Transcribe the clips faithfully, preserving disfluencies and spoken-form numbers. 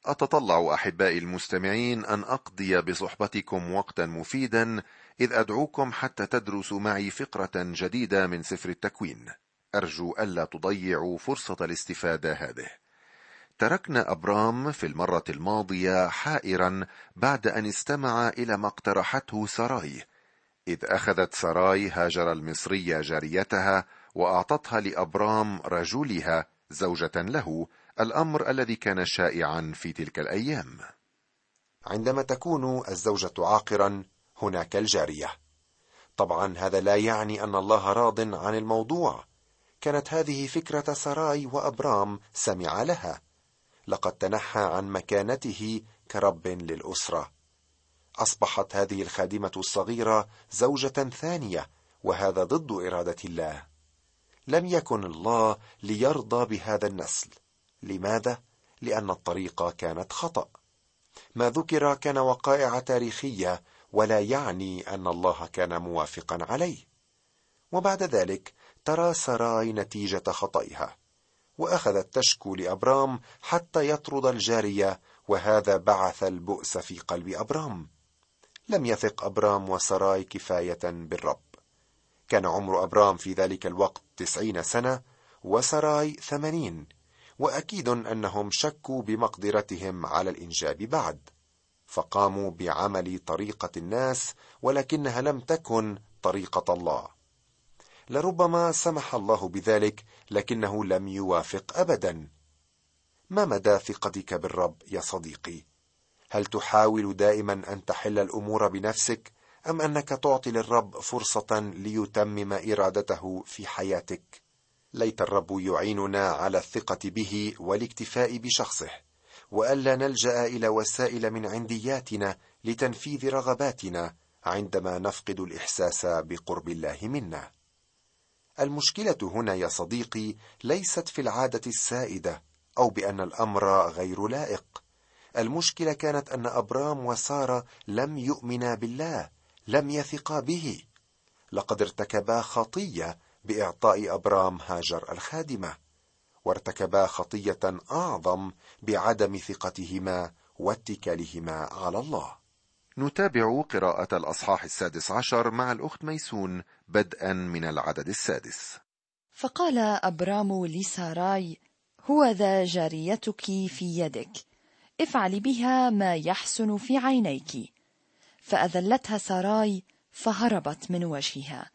أتطلع أحبائي المستمعين أن أقضي بصحبتكم وقتا مفيدا، إذ أدعوكم حتى تدرسوا معي فقرة جديدة من سفر التكوين. أرجو ألا تضيعوا فرصة الاستفادة هذه. تركنا أبرام في المرة الماضية حائرا بعد أن استمع إلى ما اقترحته ساراي، إذ أخذت ساراي هاجر المصرية جاريتها وأعطتها لأبرام رجلها زوجة له، الأمر الذي كان شائعا في تلك الأيام. عندما تكون الزوجة عاقرا هناك الجارية. طبعا هذا لا يعني أن الله راض عن الموضوع. كانت هذه فكرة ساراي وأبرام سمع لها. لقد تنحى عن مكانته كرب للأسرة. أصبحت هذه الخادمة الصغيرة زوجة ثانية، وهذا ضد إرادة الله. لم يكن الله ليرضى بهذا النسل. لماذا؟ لأن الطريقة كانت خطأ. ما ذكر كان وقائع تاريخية، ولا يعني أن الله كان موافقا عليه. وبعد ذلك ترى ساراي نتيجة خطئها، وأخذت تشكو لأبرام حتى يطرد الجارية، وهذا بعث البؤس في قلب أبرام. لم يثق أبرام وساراي كفاية بالرب. كان عمر أبرام في ذلك الوقت تسعين سنة وساراي ثمانين، وأكيد أنهم شكوا بمقدرتهم على الإنجاب بعد، فقاموا بعمل طريقة الناس، ولكنها لم تكن طريقة الله. لربما سمح الله بذلك، لكنه لم يوافق أبدا. ما مدى ثقتك بالرب يا صديقي؟ هل تحاول دائما أن تحل الأمور بنفسك، أم أنك تعطي للرب فرصة ليتمم إرادته في حياتك؟ ليت الرب يعيننا على الثقة به والاكتفاء بشخصه، وألا نلجأ إلى وسائل من عندياتنا لتنفيذ رغباتنا عندما نفقد الإحساس بقرب الله منا. المشكلة هنا يا صديقي ليست في العادة السائدة أو بأن الأمر غير لائق. المشكلة كانت أن أبرام وسارة لم يؤمنا بالله، لم يثقا به. لقد ارتكبا خطية بإعطاء أبرام هاجر الخادمة، وارتكبا خطية أعظم بعدم ثقتهما واتكالهما على الله. نتابع قراءة الأصحاح السادس عشر مع الأخت ميسون بدءا من العدد السادس. فقال أبرام لساراي: هو ذا جاريتك في يدك، افعلي بها ما يحسن في عينيك. فأذلتها ساراي فهربت من وجهها.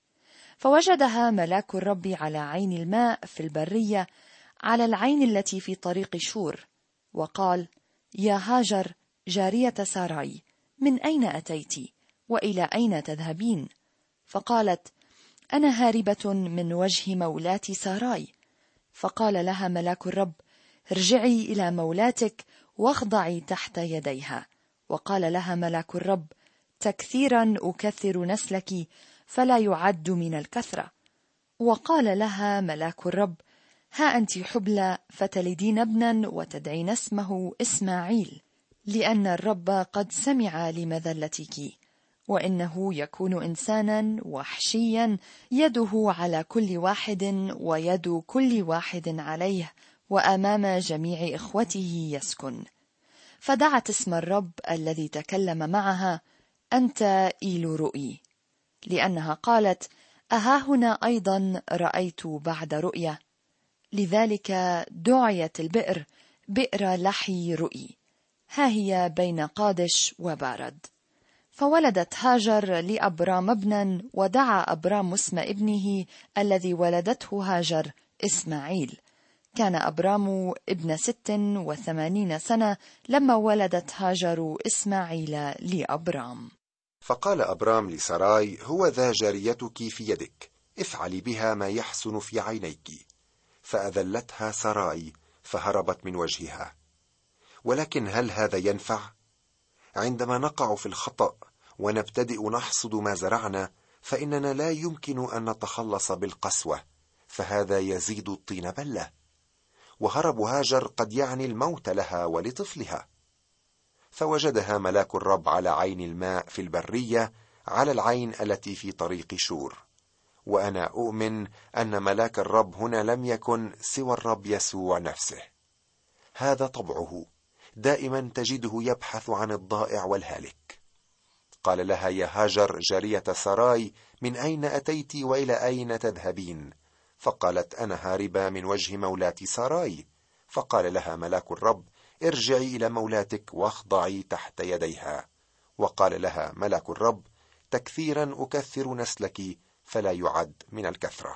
فوجدها ملاك الرب على عين الماء في البرية، على العين التي في طريق شور، وقال: يا هاجر جارية ساراي، من أين أتيت؟ وإلى أين تذهبين؟ فقالت: أنا هاربة من وجه مولاتي ساراي. فقال لها ملاك الرب: ارجعي إلى مولاتك واخضعي تحت يديها. وقال لها ملاك الرب: تكثيرا أكثر نسلك، فلا يعد من الكثرة. وقال لها ملاك الرب: ها أنت حبلى، فتلدين ابنا وتدعين اسمه إسماعيل، لأن الرب قد سمع لمذلتك، وإنه يكون إنسانا وحشيا، يده على كل واحد ويد كل واحد عليه، وأمام جميع إخوته يسكن. فدعت اسم الرب الذي تكلم معها: أنت إيل رؤي، لأنها قالت: أها هنا أيضا رأيت بعد رؤية. لذلك دعيت البئر بئر لحي رؤي، ها هي بين قادش وبارد. فولدت هاجر لأبرام ابنا، ودعا أبرام اسم ابنه الذي ولدته هاجر إسماعيل. كان أبرام ابن ست وثمانين سنة لما ولدت هاجر إسماعيل لأبرام. فقال أبرام لساراي: هو ذا جاريتك في يدك، افعلي بها ما يحسن في عينيك. فأذلتها ساراي فهربت من وجهها. ولكن هل هذا ينفع؟ عندما نقع في الخطأ ونبتدئ نحصد ما زرعنا، فإننا لا يمكن أن نتخلص بالقسوة، فهذا يزيد الطين بلة. وهرب هاجر قد يعني الموت لها ولطفلها. فوجدها ملاك الرب على عين الماء في البرية، على العين التي في طريق شور. وأنا أؤمن أن ملاك الرب هنا لم يكن سوى الرب يسوع نفسه. هذا طبعه، دائما تجده يبحث عن الضائع والهالك. قال لها: يا هاجر جارية ساراي، من أين أتيت وإلى أين تذهبين؟ فقالت: أنا هاربة من وجه مولاتي ساراي. فقال لها ملاك الرب: ارجعي إلى مولاتك واخضعي تحت يديها. وقال لها ملاك الرب: تكثيرا أكثر نسلك فلا يعد من الكثرة.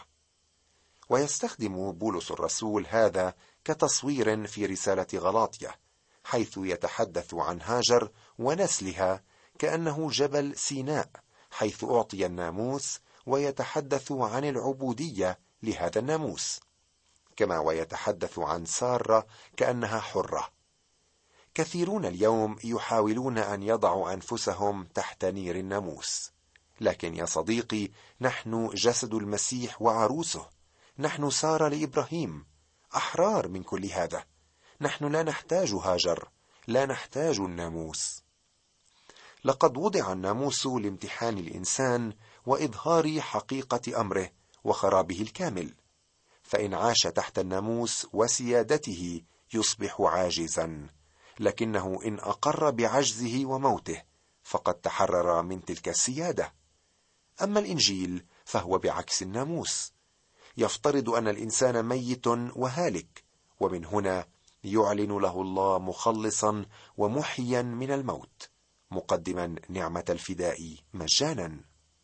ويستخدم بولس الرسول هذا كتصوير في رسالة غلاطية، حيث يتحدث عن هاجر ونسلها كأنه جبل سيناء حيث أعطي الناموس، ويتحدث عن العبودية لهذا الناموس، كما ويتحدث عن سارة كأنها حرة. كثيرون اليوم يحاولون أن يضعوا أنفسهم تحت نير الناموس، لكن يا صديقي، نحن جسد المسيح وعروسه، نحن سارة لإبراهيم، أحرار من كل هذا. نحن لا نحتاج هاجر، لا نحتاج الناموس. لقد وضع الناموس لامتحان الإنسان وإظهار حقيقة أمره وخرابه الكامل، فإن عاش تحت الناموس وسيادته يصبح عاجزا، لكنه إن أقر بعجزه وموته فقد تحرر من تلك السيادة. أما الإنجيل فهو بعكس الناموس، يفترض أن الإنسان ميت وهالك، ومن هنا يعلن له الله مخلصا ومحيا من الموت، مقدما نعمة الفداء مجانا.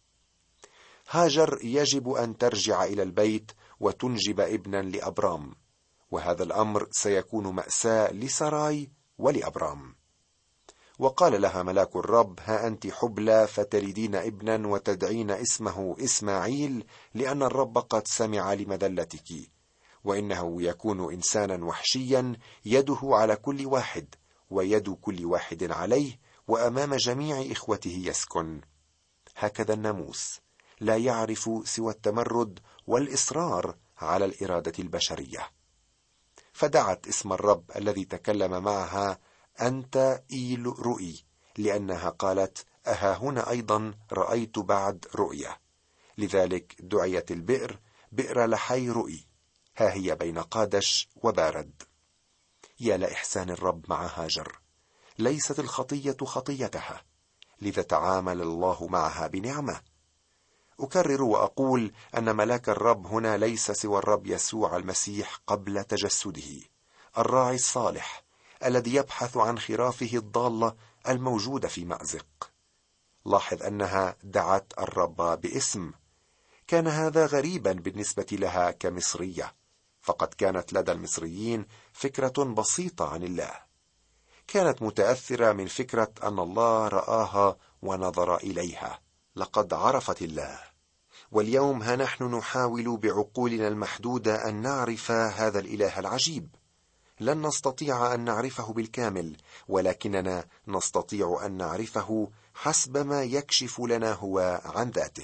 هاجر يجب أن ترجع إلى البيت وتنجب ابنا لأبرام، وهذا الأمر سيكون مأساة لساراي ولأبرام. وقال لها ملاك الرب: ها أنت حبلى فتلدين ابنا وتدعين اسمه إسماعيل، لأن الرب قد سمع لمذلتك، وإنه يكون إنسانا وحشيا يده على كل واحد ويد كل واحد عليه، وأمام جميع إخوته يسكن. هكذا الناموس لا يعرف سوى التمرد والإصرار على الإرادة البشرية. فدعت اسم الرب الذي تكلم معها: أنت إيل رؤي، لأنها قالت: أها هنا أيضا رأيت بعد رؤية. لذلك دعيت البئر بئر لحي رؤي، ها هي بين قادش وبارد. يا لإحسان الرب مع هاجر، ليست الخطية خطيتها، لذا تعامل الله معها بنعمة. أكرر وأقول أن ملاك الرب هنا ليس سوى الرب يسوع المسيح قبل تجسده، الراعي الصالح الذي يبحث عن خرافه الضالة الموجودة في مأزق. لاحظ أنها دعت الرب باسم. كان هذا غريبا بالنسبة لها كمصرية، فقد كانت لدى المصريين فكرة بسيطة عن الله. كانت متأثرة من فكرة أن الله رآها ونظر إليها، لقد عرفت الله. واليوم ها نحن نحاول بعقولنا المحدودة أن نعرف هذا الإله العجيب. لن نستطيع أن نعرفه بالكامل، ولكننا نستطيع أن نعرفه حسب ما يكشف لنا هو عن ذاته.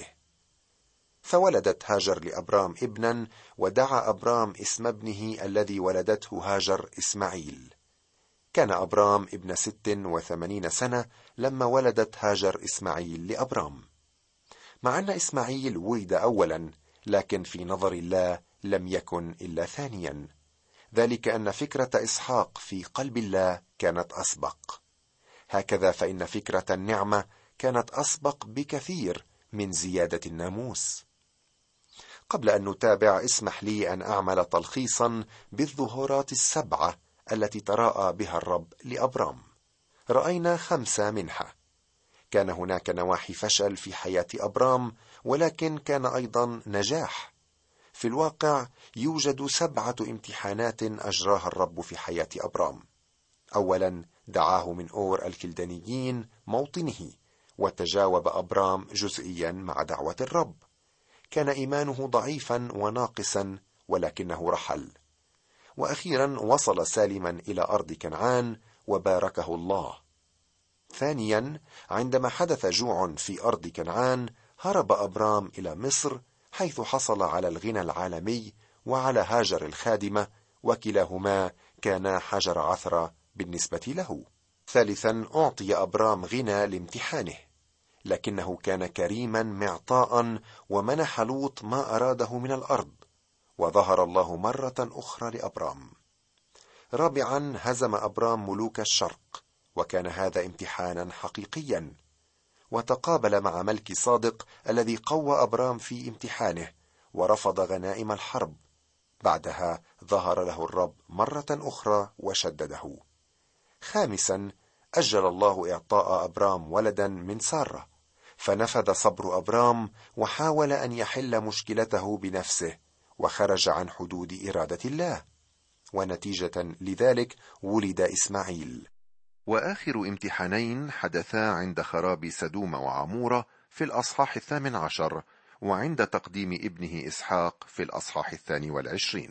فولدت هاجر لأبرام ابنا، ودعا أبرام اسم ابنه الذي ولدته هاجر إسماعيل. كان أبرام ابن ست وثمانين سنة لما ولدت هاجر إسماعيل لأبرام. مع أن إسماعيل ولد أولا، لكن في نظر الله لم يكن إلا ثانيا، ذلك أن فكرة إسحاق في قلب الله كانت أسبق. هكذا فإن فكرة النعمة كانت أسبق بكثير من زيادة الناموس. قبل أن نتابع، اسمح لي أن أعمل تلخيصا بالظهورات السبعة التي تراءى بها الرب لأبرام. رأينا خمسة منها. كان هناك نواحي فشل في حياة أبرام، ولكن كان أيضا نجاح. في الواقع يوجد سبعة امتحانات أجراها الرب في حياة أبرام. أولا، دعاه من أور الكلدانيين موطنه، وتجاوب أبرام جزئيا مع دعوة الرب. كان إيمانه ضعيفا وناقصا، ولكنه رحل. وأخيرا وصل سالما إلى أرض كنعان وباركه الله. ثانيا، عندما حدث جوع في أرض كنعان هرب أبرام إلى مصر، حيث حصل على الغنى العالمي وعلى هاجر الخادمة، وكلاهما كانا حجر عثرة بالنسبة له. ثالثا، أعطي أبرام غنى لامتحانه، لكنه كان كريما معطاء ومنح لوط ما أراده من الأرض، وظهر الله مرة أخرى لأبرام. رابعا، هزم أبرام ملوك الشرق، وكان هذا امتحانا حقيقيا، وتقابل مع ملك صادق الذي قوى أبرام في امتحانه ورفض غنائم الحرب. بعدها ظهر له الرب مرة أخرى وشدده. خامسا، أجل الله إعطاء أبرام ولدا من سارة، فنفذ صبر أبرام وحاول أن يحل مشكلته بنفسه وخرج عن حدود إرادة الله، ونتيجة لذلك ولد إسماعيل. وآخر امتحانين حدثا عند خراب سدوم وعمورة في الأصحاح الثامن عشر، وعند تقديم ابنه إسحاق في الأصحاح الثاني والعشرين.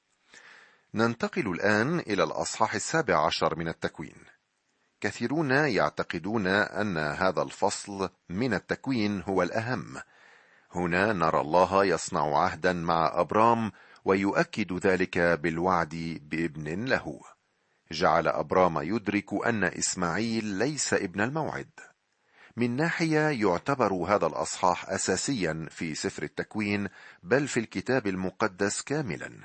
ننتقل الآن إلى الأصحاح السابع عشر من التكوين. كثيرون يعتقدون أن هذا الفصل من التكوين هو الأهم. هنا نرى الله يصنع عهدا مع أبرام ويؤكد ذلك بالوعد بابن له. جعل أبرام يدرك أن إسماعيل ليس ابن الموعد. من ناحية يعتبر هذا الأصحاح أساسيا في سفر التكوين، بل في الكتاب المقدس كاملا.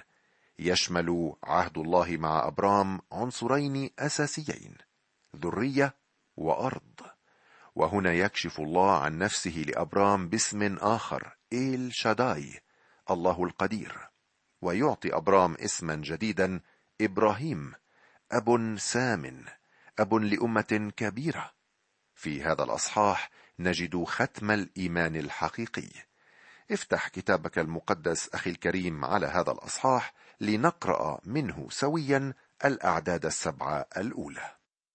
يشمل عهد الله مع أبرام عنصرين أساسيين: ذرية وأرض. وهنا يكشف الله عن نفسه لأبرام باسم آخر، إيل شاداي، الله القدير، ويعطي أبرام اسما جديدا، إبراهيم، أب سام، أب لأمة كبيرة. في هذا الأصحاح نجد ختم الإيمان الحقيقي. افتح كتابك المقدس أخي الكريم على هذا الأصحاح لنقرأ منه سويا الأعداد السبعة الأولى.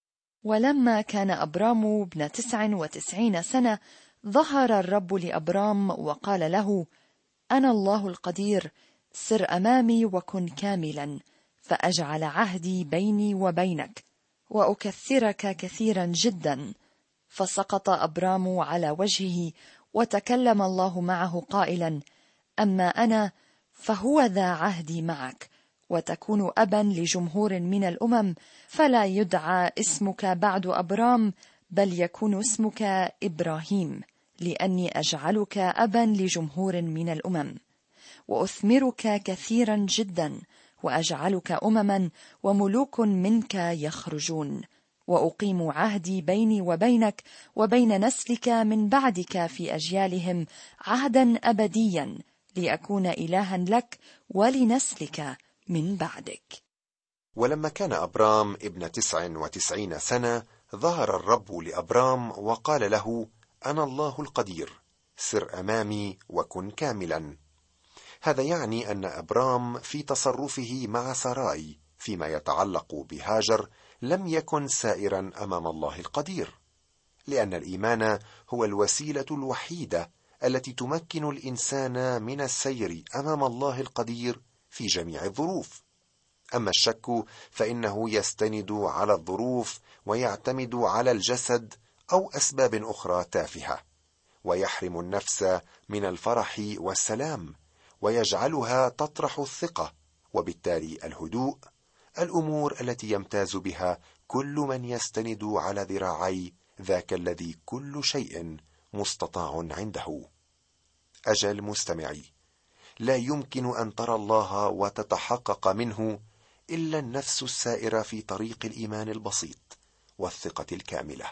ولما كان أبرام ابن تسع وتسعين سنة، ظهر الرب لأبرام وقال له: أنا الله القدير، سر أمامي وكن كاملا، فأجعل عهدي بيني وبينك، وأكثرك كثيرا جدا. فسقط أبرام على وجهه، وتكلم الله معه قائلا: أما أنا فهو ذا عهدي معك، وتكون أبا لجمهور من الأمم، فلا يدعى اسمك بعد أبرام، بل يكون اسمك إبراهيم، لأني أجعلك أبا لجمهور من الأمم، وأثمرك كثيرا جدا، وأجعلك أمما وملوك منك يخرجون، وأقيم عهدي بيني وبينك وبين نسلك من بعدك في أجيالهم عهدا أبديا، لأكون إلها لك ولنسلك من بعدك. ولما كان أبرام ابن تسع وتسعين سنة، ظهر الرب لأبرام وقال له: أنا الله القدير، سر أمامي وكن كاملا. هذا يعني أن أبرام في تصرفه مع ساراي فيما يتعلق بهاجر لم يكن سائرا أمام الله القدير، لأن الإيمان هو الوسيلة الوحيدة التي تمكن الإنسان من السير أمام الله القدير في جميع الظروف. أما الشك فإنه يستند على الظروف ويعتمد على الجسد أو أسباب أخرى تافهة، ويحرم النفس من الفرح والسلام، ويجعلها تطرح الثقة وبالتالي الهدوء، الأمور التي يمتاز بها كل من يستند على ذراعي ذاك الذي كل شيء مستطاع عنده. أجل مستمعي، لا يمكن أن ترى الله وتتحقق منه إلا النفس السائرة في طريق الإيمان البسيط والثقة الكاملة.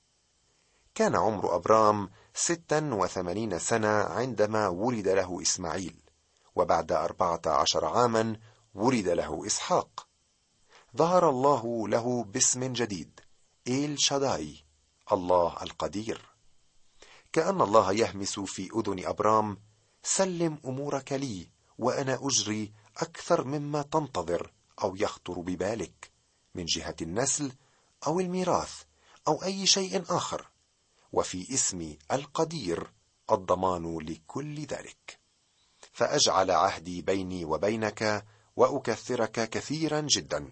كان عمر أبرام ستا وثمانين سنة عندما ولد له إسماعيل، وبعد أربعة عشر عاما ولد له إسحاق. ظهر الله له باسم جديد، إيل شاداي، الله القدير. كأن الله يهمس في أذن أبرام: سلم أمورك لي وأنا أجري أكثر مما تنتظر أو يخطر ببالك، من جهة النسل أو الميراث أو أي شيء آخر، وفي اسمي القدير الضمان لكل ذلك. فأجعل عهدي بيني وبينك وأكثرك كثيرا جدا.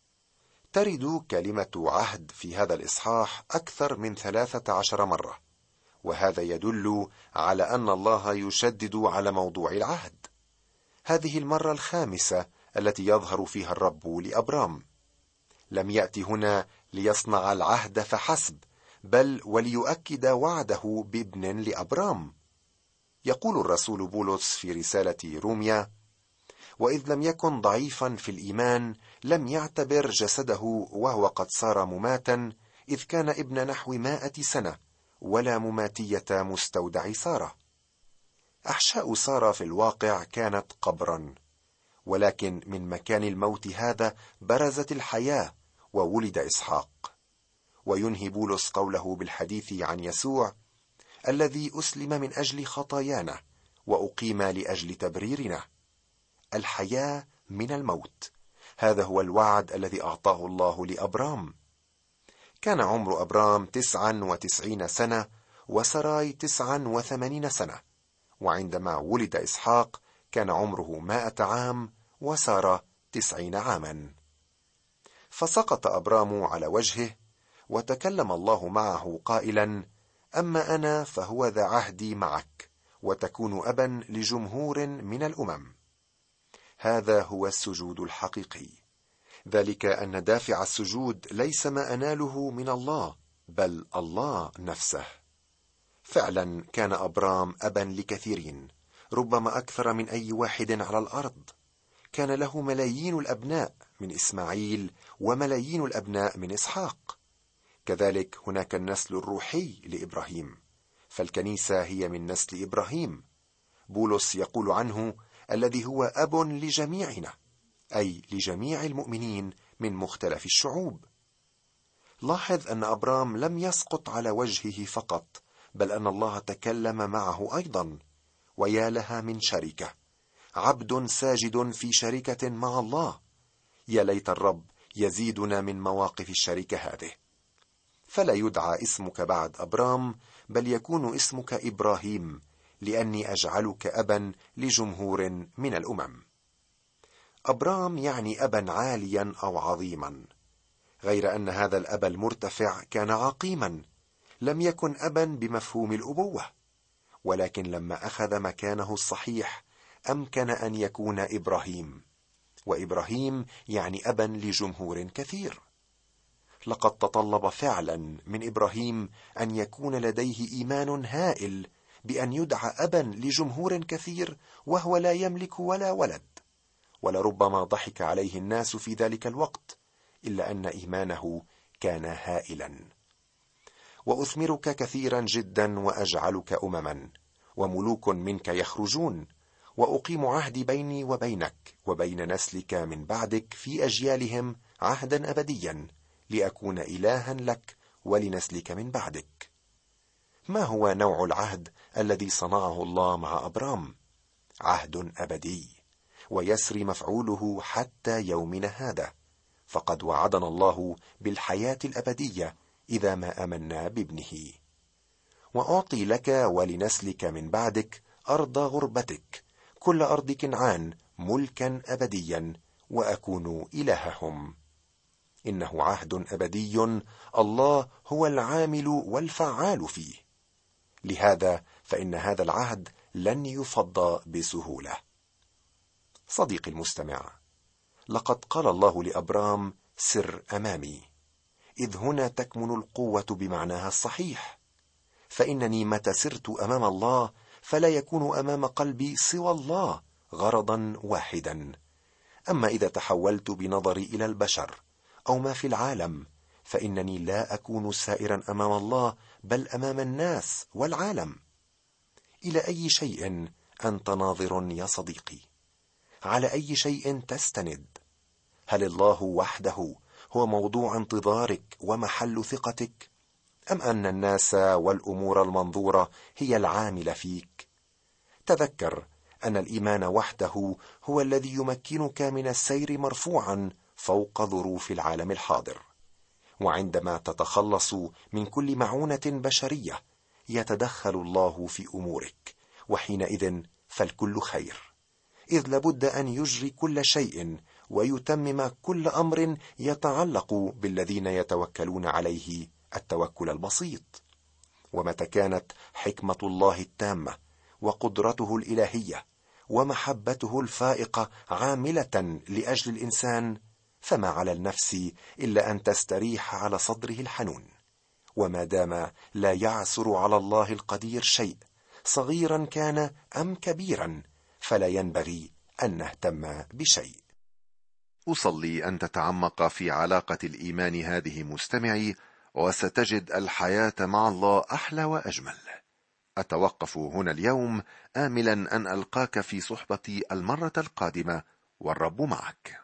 ترد كلمة عهد في هذا الإصحاح أكثر من ثلاثة عشر مرة، وهذا يدل على أن الله يشدد على موضوع العهد. هذه المرة الخامسة التي يظهر فيها الرب لأبرام. لم يأتي هنا ليصنع العهد فحسب، بل وليؤكد وعده بابن لأبرام. يقول الرسول بولس في رسالة روميا: وإذ لم يكن ضعيفا في الإيمان لم يعتبر جسده وهو قد صار مماتا، إذ كان ابن نحو مائة سنة، ولا مماتية مستودع سارة. أحشاء سارة في الواقع كانت قبرا، ولكن من مكان الموت هذا برزت الحياة وولد إسحاق. وينهي بولس قوله بالحديث عن يسوع الذي أسلم من أجل خطايانا وأقيم لأجل تبريرنا. الحياة من الموت، هذا هو الوعد الذي أعطاه الله لأبرام. كان عمر أبرام تسعا وتسعين سنة وسراي تسعا وثمانين سنة، وعندما ولد إسحاق كان عمره مائة عام وسارة تسعين عاما. فسقط أبرام على وجهه، وتكلم الله معه قائلا: أما أنا فهو ذا عهدي معك، وتكون أبا لجمهور من الأمم. هذا هو السجود الحقيقي، ذلك أن دافع السجود ليس ما أناله من الله، بل الله نفسه. فعلا كان أبرام أبا لكثيرين، ربما أكثر من أي واحد على الأرض. كان له ملايين الأبناء من إسماعيل وملايين الأبناء من إسحاق. كذلك هناك النسل الروحي لإبراهيم، فالكنيسة هي من نسل إبراهيم. بولس يقول عنه الذي هو أب لجميعنا، أي لجميع المؤمنين من مختلف الشعوب. لاحظ أن أبرام لم يسقط على وجهه فقط، بل أن الله تكلم معه أيضا. ويا لها من شركة، عبد ساجد في شركة مع الله. يا ليت الرب يزيدنا من مواقف الشركة هذه. فلا يدعى اسمك بعد أبرام، بل يكون اسمك إبراهيم، لأني أجعلك أبا لجمهور من الأمم. أبرام يعني أبا عاليا أو عظيما، غير أن هذا الأب المرتفع كان عقيما، لم يكن أبا بمفهوم الأبوة، ولكن لما أخذ مكانه الصحيح أمكن أن يكون إبراهيم. وإبراهيم يعني أبا لجمهور كثير. لقد تطلب فعلا من إبراهيم أن يكون لديه إيمان هائل بأن يدعى أبا لجمهور كثير وهو لا يملك ولا ولد. ولربما ضحك عليه الناس في ذلك الوقت، إلا أن إيمانه كان هائلا. وأثمرك كثيرا جدا وأجعلك أمما، وملوك منك يخرجون، وأقيم عهدي بيني وبينك وبين نسلك من بعدك في أجيالهم عهدا أبديا، لأكون إلها لك ولنسلك من بعدك. ما هو نوع العهد الذي صنعه الله مع أبرام؟ عهد أبدي، ويسري مفعوله حتى يومنا هذا، فقد وعدنا الله بالحياة الأبدية إذا ما آمنا بابنه. وأعطي لك ولنسلك من بعدك أرض غربتك، كل أرض كنعان، ملكا أبديا، وأكون إلههم. إنه عهد أبدي، الله هو العامل والفعال فيه. لهذا فإن هذا العهد لن يفضى بسهولة. صديقي المستمع، لقد قال الله لأبرام: سر أمامي، إذ هنا تكمن القوة بمعناها الصحيح. فإنني متى سرت أمام الله فلا يكون أمام قلبي سوى الله غرضا واحدا. أما إذا تحولت بنظري إلى البشر أو ما في العالم، فإنني لا أكون سائرا أمام الله، بل أمام الناس والعالم. إلى أي شيء أنت ناظر يا صديقي؟ على أي شيء تستند؟ هل الله وحده هو موضوع انتظارك ومحل ثقتك، أم أن الناس والأمور المنظورة هي العاملة فيك؟ تذكر أن الإيمان وحده هو الذي يمكنك من السير مرفوعا فوق ظروف العالم الحاضر. وعندما تتخلص من كل معونة بشرية يتدخل الله في أمورك، وحينئذ فالكل خير، إذ لابد أن يجري كل شيء ويتمم كل أمر يتعلق بالذين يتوكلون عليه التوكل البسيط. ومتى كانت حكمة الله التامة وقدرته الإلهية ومحبته الفائقة عاملة لأجل الإنسان، فما على النفس إلا أن تستريح على صدره الحنون. وما دام لا يعثر على الله القدير شيء، صغيرا كان أم كبيرا، فلا ينبغي أن نهتم بشيء. أصلي أن تتعمق في علاقة الإيمان هذه مستمعي، وستجد الحياة مع الله أحلى وأجمل. أتوقف هنا اليوم آملا أن ألقاك في صحبتي المرة القادمة، والرب معك.